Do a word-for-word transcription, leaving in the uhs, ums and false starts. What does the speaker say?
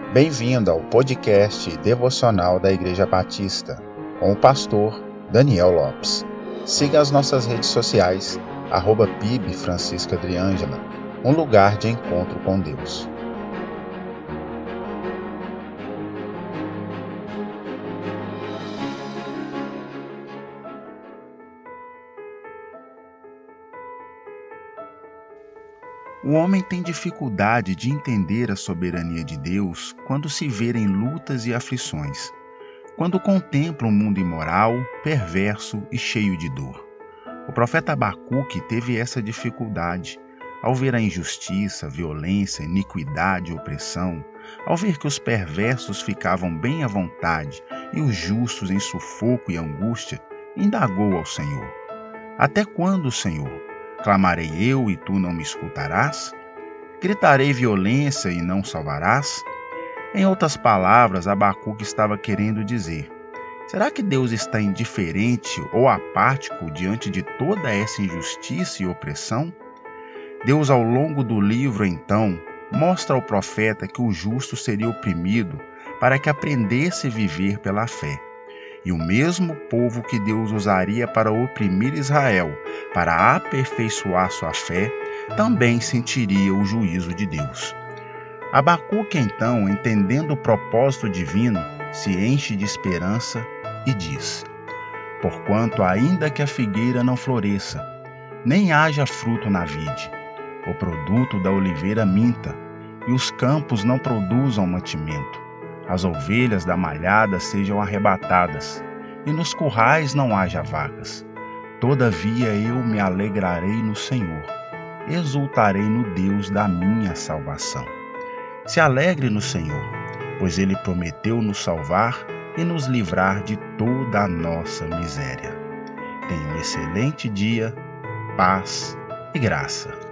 Bem-vindo ao podcast devocional da Igreja Batista, com o pastor Daniel Lopes. Siga as nossas redes sociais, arroba P I B Francisca Adriângela, um lugar de encontro com Deus. O homem tem dificuldade de entender a soberania de Deus quando se vê em lutas e aflições, quando contempla um mundo imoral, perverso e cheio de dor. O profeta Abacuque teve essa dificuldade ao ver a injustiça, violência, iniquidade e opressão, ao ver que os perversos ficavam bem à vontade e os justos em sufoco e angústia, indagou ao Senhor: Até quando, Senhor? Clamarei eu e tu não me escutarás? Gritarei violência e não salvarás? Em outras palavras, Abacuque estava querendo dizer: será que Deus está indiferente ou apático diante de toda essa injustiça e opressão? Deus, ao longo do livro, então, mostra ao profeta que o justo seria oprimido para que aprendesse a viver pela fé. E o mesmo povo que Deus usaria para oprimir Israel, para aperfeiçoar sua fé, também sentiria o juízo de Deus. Abacuque, então, entendendo o propósito divino, se enche de esperança e diz: Porquanto ainda que a figueira não floresça, nem haja fruto na vide, o produto da oliveira minta, e os campos não produzam mantimento, as ovelhas da malhada sejam arrebatadas, e nos currais não haja vacas. Todavia eu me alegrarei no Senhor, exultarei no Deus da minha salvação. Se alegre no Senhor, pois Ele prometeu nos salvar e nos livrar de toda a nossa miséria. Tenha um excelente dia, paz e graça.